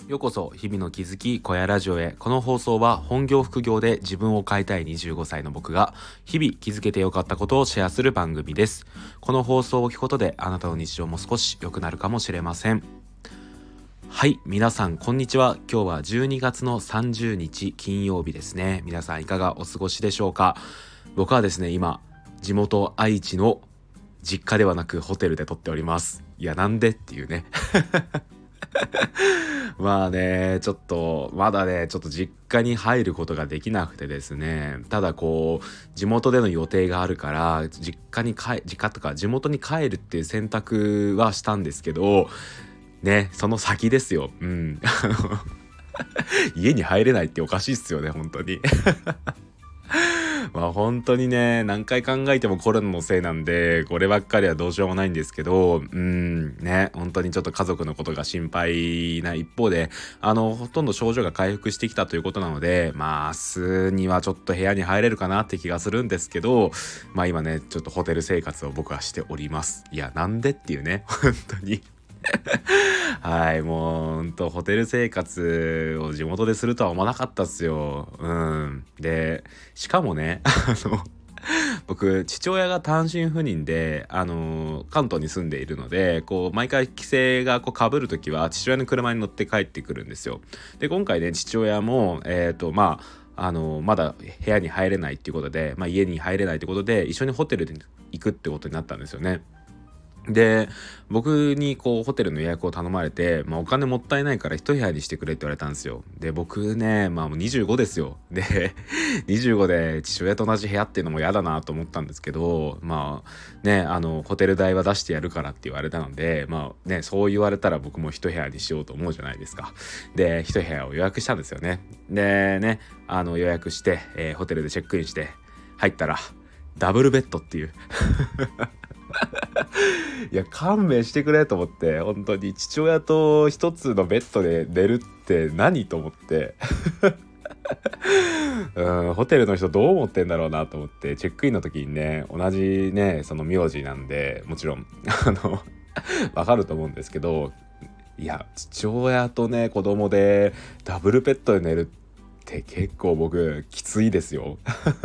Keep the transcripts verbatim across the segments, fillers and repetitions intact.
ようこそ日々の気づき小屋ラジオへ。この放送は本業副業で自分を変えたいにじゅうごさいの僕が日々気づけてよかったことをシェアする番組です。この放送を聞くことであなたの日常も少し良くなるかもしれません。はい、皆さんこんにちは。今日はじゅうにがつのさんじゅうにち金曜日ですね。皆さんいかがお過ごしでしょうか。僕はですね、今地元愛知の実家ではなくホテルで撮っております。いや、なんでっていうねまあね、ちょっとまだねちょっと実家に入ることができなくてですね、ただこう地元での予定があるから実家に帰実家とか地元に帰るっていう選択はしたんですけどね、その先ですよ。うん家に入れないっておかしいっすよね、本当にまあ本当にね、何回考えてもコロナのせいなんでこればっかりはどうしようもないんですけど、うんね、本当にちょっと家族のことが心配な一方で、あのほとんど症状が回復してきたということなので、まあ明日にはちょっと部屋に入れるかなって気がするんですけど、まあ今ねちょっとホテル生活を僕はしております。いや、なんでっていうね、本当にはい、もうほんとホテル生活を地元でするとは思わなかったっすよ。うんでしかもねあの僕父親が単身赴任であの関東に住んでいるので、こう毎回帰省がこう被る時は父親の車に乗って帰ってくるんですよ。で今回ね父親もえっとまああのまだ部屋に入れないっていうことで、まあ、家に入れないってことで一緒にホテルに行くってことになったんですよね。で僕にこうホテルの予約を頼まれて、まあ、お金もったいないから一部屋にしてくれって言われたんですよ。で僕ねまあもうにじゅうごですよ。でにじゅうごで父親と同じ部屋っていうのも嫌だなと思ったんですけど、まあねあのホテル代は出してやるからって言われたので、まあねそう言われたら僕も一部屋にしようと思うじゃないですか。で一部屋を予約したんですよね。でねあの予約して、えー、ホテルでチェックインして入ったらダブルベッドっていういや勘弁してくれと思って、本当に父親と一つのベッドで寝るって何と思ってうんホテルの人どう思ってんだろうなと思って、チェックインの時にね同じねその名字なんでもちろんあのわかると思うんですけど、いや父親とね子供でダブルベッドで寝るって結構僕きついですよ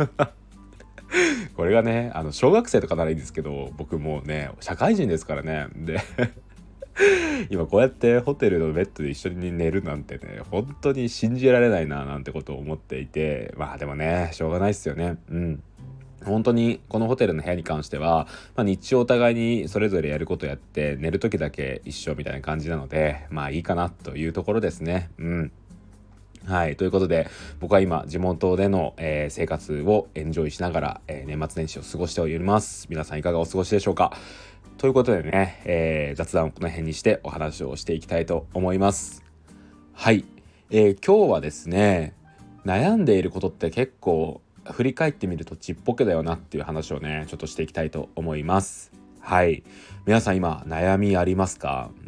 これがねあの小学生とかならいいんですけど、僕もうね社会人ですからね。で今こうやってホテルのベッドで一緒に寝るなんてね本当に信じられないななんてことを思っていて、まあでもねしょうがないっすよね。うん本当にこのホテルの部屋に関しては、まあ、日中お互いにそれぞれやることやって寝る時だけ一緒みたいな感じなので、まあいいかなというところですね。うんはい。ということで、僕は今、地元での、えー生活をエンジョイしながら、えー年末年始を過ごしております。皆さんいかがお過ごしでしょうか。ということでね、えー雑談をこの辺にしてお話をしていきたいと思います。はい。えー今日はですね、悩んでいることって結構、振り返ってみるとちっぽけだよなっていう話をね、ちょっとしていきたいと思います。はい。皆さん今、悩みありますか？うん。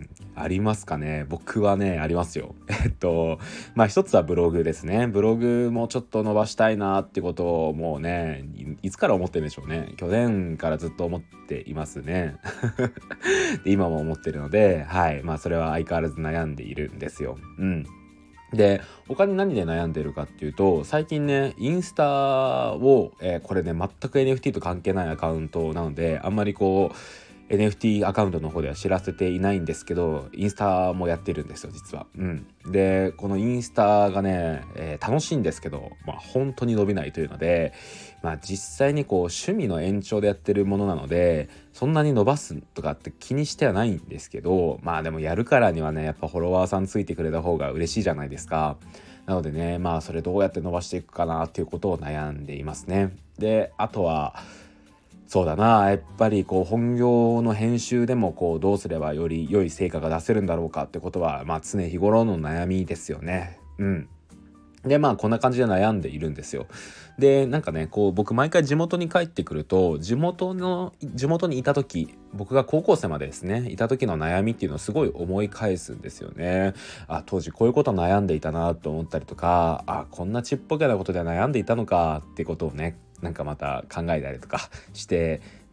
ありますかね。僕はねありますよ。えっとまあ一つはブログですね。ブログもちょっと伸ばしたいなってことをもうね い, いつから思ってるんでしょうね。去年からずっと思っていますねで今も思ってるので、はいまあそれは相変わらず悩んでいるんですよ。うんで他に何で悩んでるかっていうと、最近ねインスタを、えーこれね全く エヌエフティー と関係ないアカウントなのであんまりこうエヌエフティー アカウントの方では知らせていないんですけど、インスタもやってるんですよ実は。うん、でこのインスタがね、えー楽しいんですけど、まあ本当に伸びないというので、まあ実際にこう趣味の延長でやってるものなのでそんなに伸ばすとかって気にしてはないんですけど、まあでもやるからにはねやっぱフォロワーさんついてくれた方が嬉しいじゃないですか。なのでねまあそれどうやって伸ばしていくかなっていうことを悩んでいますね。であとはそうだな、やっぱりこう本業の編集でもこうどうすればより良い成果が出せるんだろうかってことはまあ常日頃の悩みですよね。うんでまあこんな感じで悩んでいるんですよ。でなんかねこう僕毎回地元に帰ってくると地元の地元にいた時、僕が高校生までですねいた時の悩みっていうのをすごい思い返すんですよね。あ当時こういうこと悩んでいたなと思ったりとか、あこんなちっぽけなことで悩んでいたのかってことをねなんかまた考えたりとかして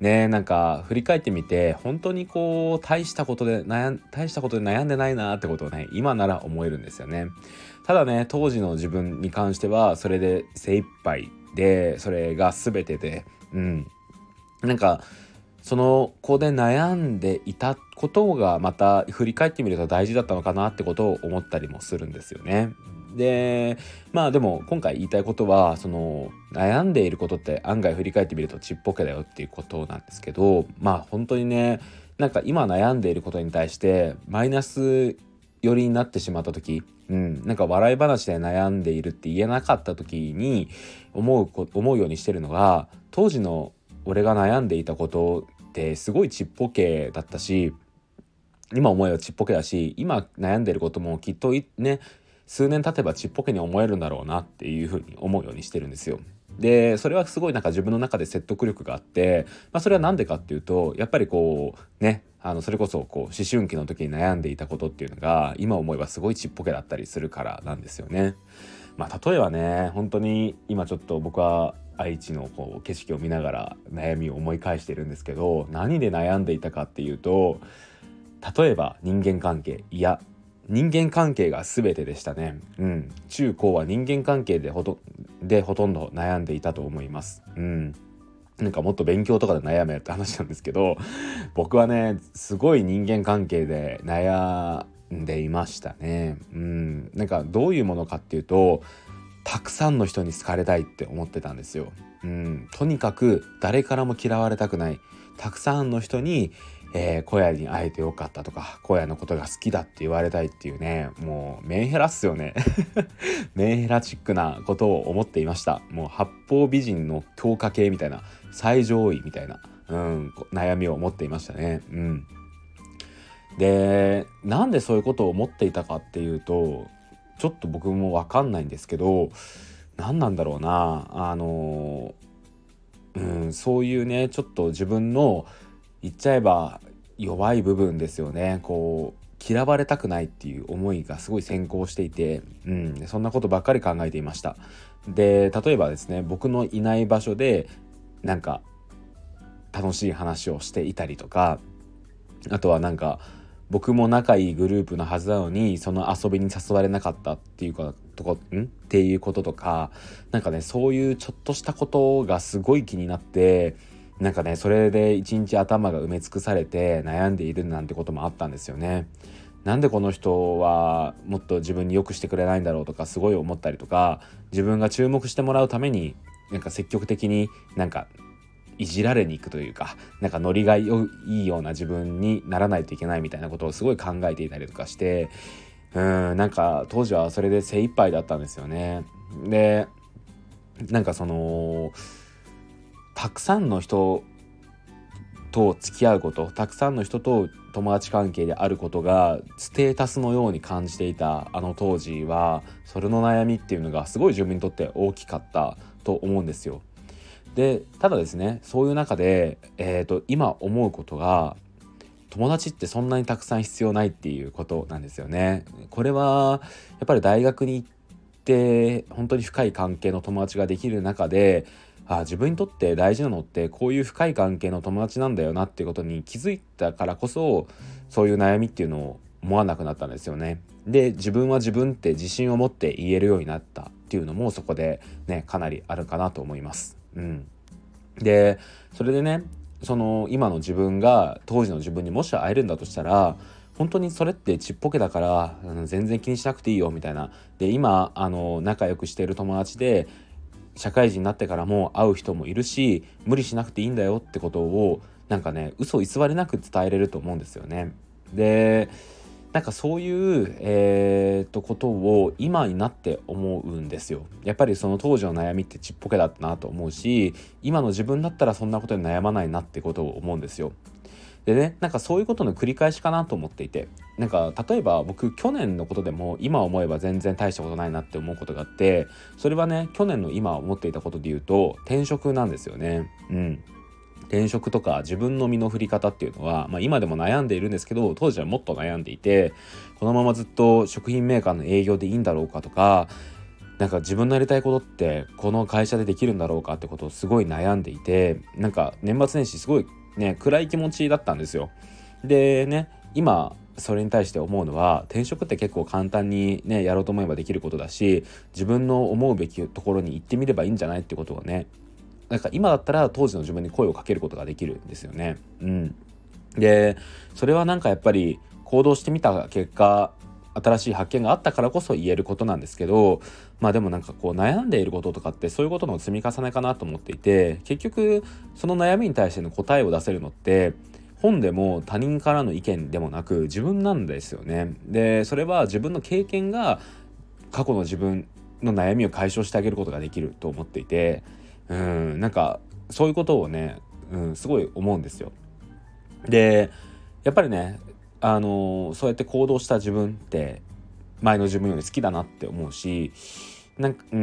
ね、なんか振り返ってみて本当にこう大したことで悩ん大したことで悩んでないなってことをね今なら思えるんですよね。ただね当時の自分に関してはそれで精一杯でそれが全てで、うん、なんかその子で悩んでいたことがまた振り返ってみると大事だったのかなってことを思ったりもするんですよね。でまあでも今回言いたいことはその悩んでいることって案外振り返ってみるとちっぽけだよっていうことなんですけど、まあ本当にねなんか今悩んでいることに対してマイナス寄りになってしまった時、うん、なんか笑い話で悩んでいるって言えなかった時に思うこ思うようにしてるのが、当時の俺が悩んでいたことってすごいちっぽけだったし、今思えばちっぽけだし、今悩んでることもきっとね数年経てばちっぽけに思えるんだろうなっていうふうに思うようにしてるんですよ。でそれはすごいなんか自分の中で説得力があって、まあ、それはなんでかっていうとやっぱりこうねあのそれこそこう思春期の時に悩んでいたことっていうのが今思えばすごいちっぽけだったりするからなんですよね。まあ例えばね本当に今ちょっと僕は愛知のこう景色を見ながら悩みを思い返してるんですけど、何で悩んでいたかっていうと例えば人間関係、いや人間関係が全てでしたね。うん、中高は人間関係でほとでほとんど悩んでいたと思います。うん、なんかもっと勉強とかで悩めって話なんですけど、僕はねすごい人間関係で悩んでいましたね。うん、なんかどういうものかっていうとたくさんの人に好かれたいって思ってたんですよ。うん、とにかく誰からも嫌われたくない、たくさんの人にえー、小屋に会えてよかったとか小屋のことが好きだって言われたいっていうね、もうメンヘラっすよねメンヘラチックなことを思っていました。もう八方美人の強化系みたいな最上位みたいな、うん、悩みを持っていましたね。うん、でなんでそういうことを思っていたかっていうとちょっと僕も分かんないんですけど、何なんだろうな、あの、うん、そういうねちょっと自分の言っちゃえば弱い部分ですよね。こう嫌われたくないっていう思いがすごい先行していて、うん、そんなことばっかり考えていました。で例えばですね僕のいない場所でなんか楽しい話をしていたりとか、あとはなんか僕も仲いいグループのはずなのにその遊びに誘われなかったっていうかとこんっていうこととか、なんかねそういうちょっとしたことがすごい気になって、なんかねそれで一日頭が埋め尽くされて悩んでいるなんてこともあったんですよね。なんでこの人はもっと自分に良くしてくれないんだろうとかすごい思ったりとか、自分が注目してもらうためになんか積極的になんかいじられに行くというか、なんかノリがいいような自分にならないといけないみたいなことをすごい考えていたりとかして、うーんなんか当時はそれで精一杯だったんですよね。でなんかそのたくさんの人と付き合うこと、たくさんの人と友達関係であることがステータスのように感じていたあの当時は、それの悩みっていうのがすごい自分にとって大きかったと思うんですよ。でただですねそういう中で、えーと、今思うことが友達ってそんなにたくさん必要ないっていうことなんですよね。これはやっぱり大学に行って本当に深い関係の友達ができる中で、あ自分にとって大事なのってこういう深い関係の友達なんだよなっていうことに気づいたからこそ、そういう悩みっていうのを思わなくなったんですよね。で自分は自分って自信を持って言えるようになったっていうのもそこでねかなりあるかなと思います。うん、でそれでねその今の自分が当時の自分にもし会えるんだとしたら、本当にそれってちっぽけだから、うん、全然気にしなくていいよみたいな。で今あの仲良くしている友達で社会人になってからも会う人もいるし、無理しなくていいんだよってことをなんかね嘘偽りなく伝えれると思うんですよね。でなんかそういう、えー、とことを今になって思うんですよ。やっぱりその当時の悩みってちっぽけだったなと思うし、今の自分だったらそんなことに悩まないなってことを思うんですよ。でねなんかそういうことの繰り返しかなと思っていて、なんか例えば僕去年のことでも今思えば全然大したことないなって思うことがあって、それはね去年の今思っていたことで言うと転職なんですよね。うん転職とか自分の身の振り方っていうのは、まあ、今でも悩んでいるんですけど当時はもっと悩んでいて、このままずっと食品メーカーの営業でいいんだろうかとか、 なんか自分のやりたいことってこの会社でできるんだろうかってことをすごい悩んでいて、なんか年末年始すごいね暗い気持ちだったんですよ。でね、今それに対して思うのは、転職って結構簡単にねやろうと思えばできることだし、自分の思うべきところに行ってみればいいんじゃないってことをね、なんか今だったら当時の自分に声をかけることができるんですよね。うん。でそれはなんかやっぱり行動してみた結果、新しい発見があったからこそ言えることなんですけど、まあでもなんかこう悩んでいることとかってそういうことの積み重ねかなと思っていて、結局その悩みに対しての答えを出せるのって本でも他人からの意見でもなく自分なんですよね。でそれは自分の経験が過去の自分の悩みを解消してあげることができると思っていて、うんなんかそういうことをね、うん、すごい思うんですよ。でやっぱりね、あのーそうやって行動した自分って前の自分より好きだなって思うし、なんか、うん、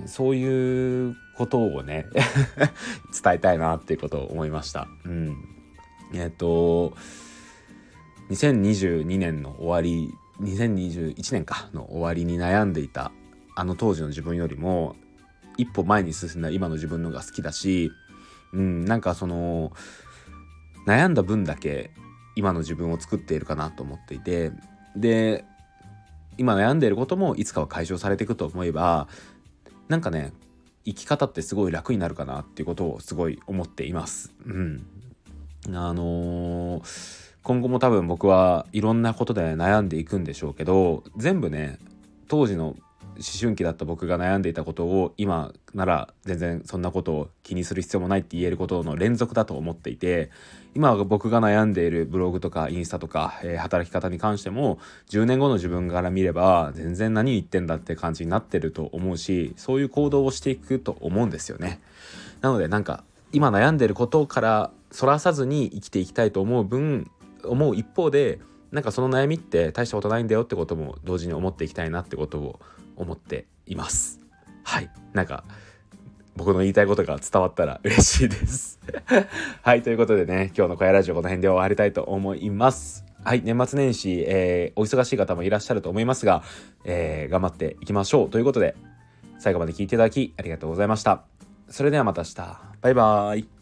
そういうことをね伝えたいなっていうことを思いました。うん、えっとにせんにじゅうにねんの終わり、にせんにじゅういちねんかの終わりに悩んでいたあの当時の自分よりも一歩前に進んだ今の自分のが好きだし、うん、なんかその悩んだ分だけ今の自分を作っているかなと思っていて、で今悩んでいることもいつかは解消されていくと思えば、なんかね生き方ってすごい楽になるかなっていうことをすごい思っています。うん、あのー今後も多分僕はいろんなことで悩んでいくんでしょうけど、全部ね当時の思春期だった僕が悩んでいたことを今なら全然そんなことを気にする必要もないって言えることの連続だと思っていて、今僕が悩んでいるブログとかインスタとか、えー働き方に関してもじゅうねんごの自分から見れば全然何言ってんだって感じになってると思うし、そういう行動をしていくと思うんですよね。なのでなんか今悩んでいることからそらさずに生きていきたいと思う分思う一方で、なんかその悩みって大したことないんだよってことも同時に思っていきたいなってことを思っています。はい、なんか僕の言いたいことが伝わったら嬉しいですはい、ということでね、今日の小屋ラジオこの辺で終わりたいと思います。はい、年末年始、えー、お忙しい方もいらっしゃると思いますが、えー、頑張っていきましょうということで、最後まで聞いていただきありがとうございました。それではまた明日、バイバーイ。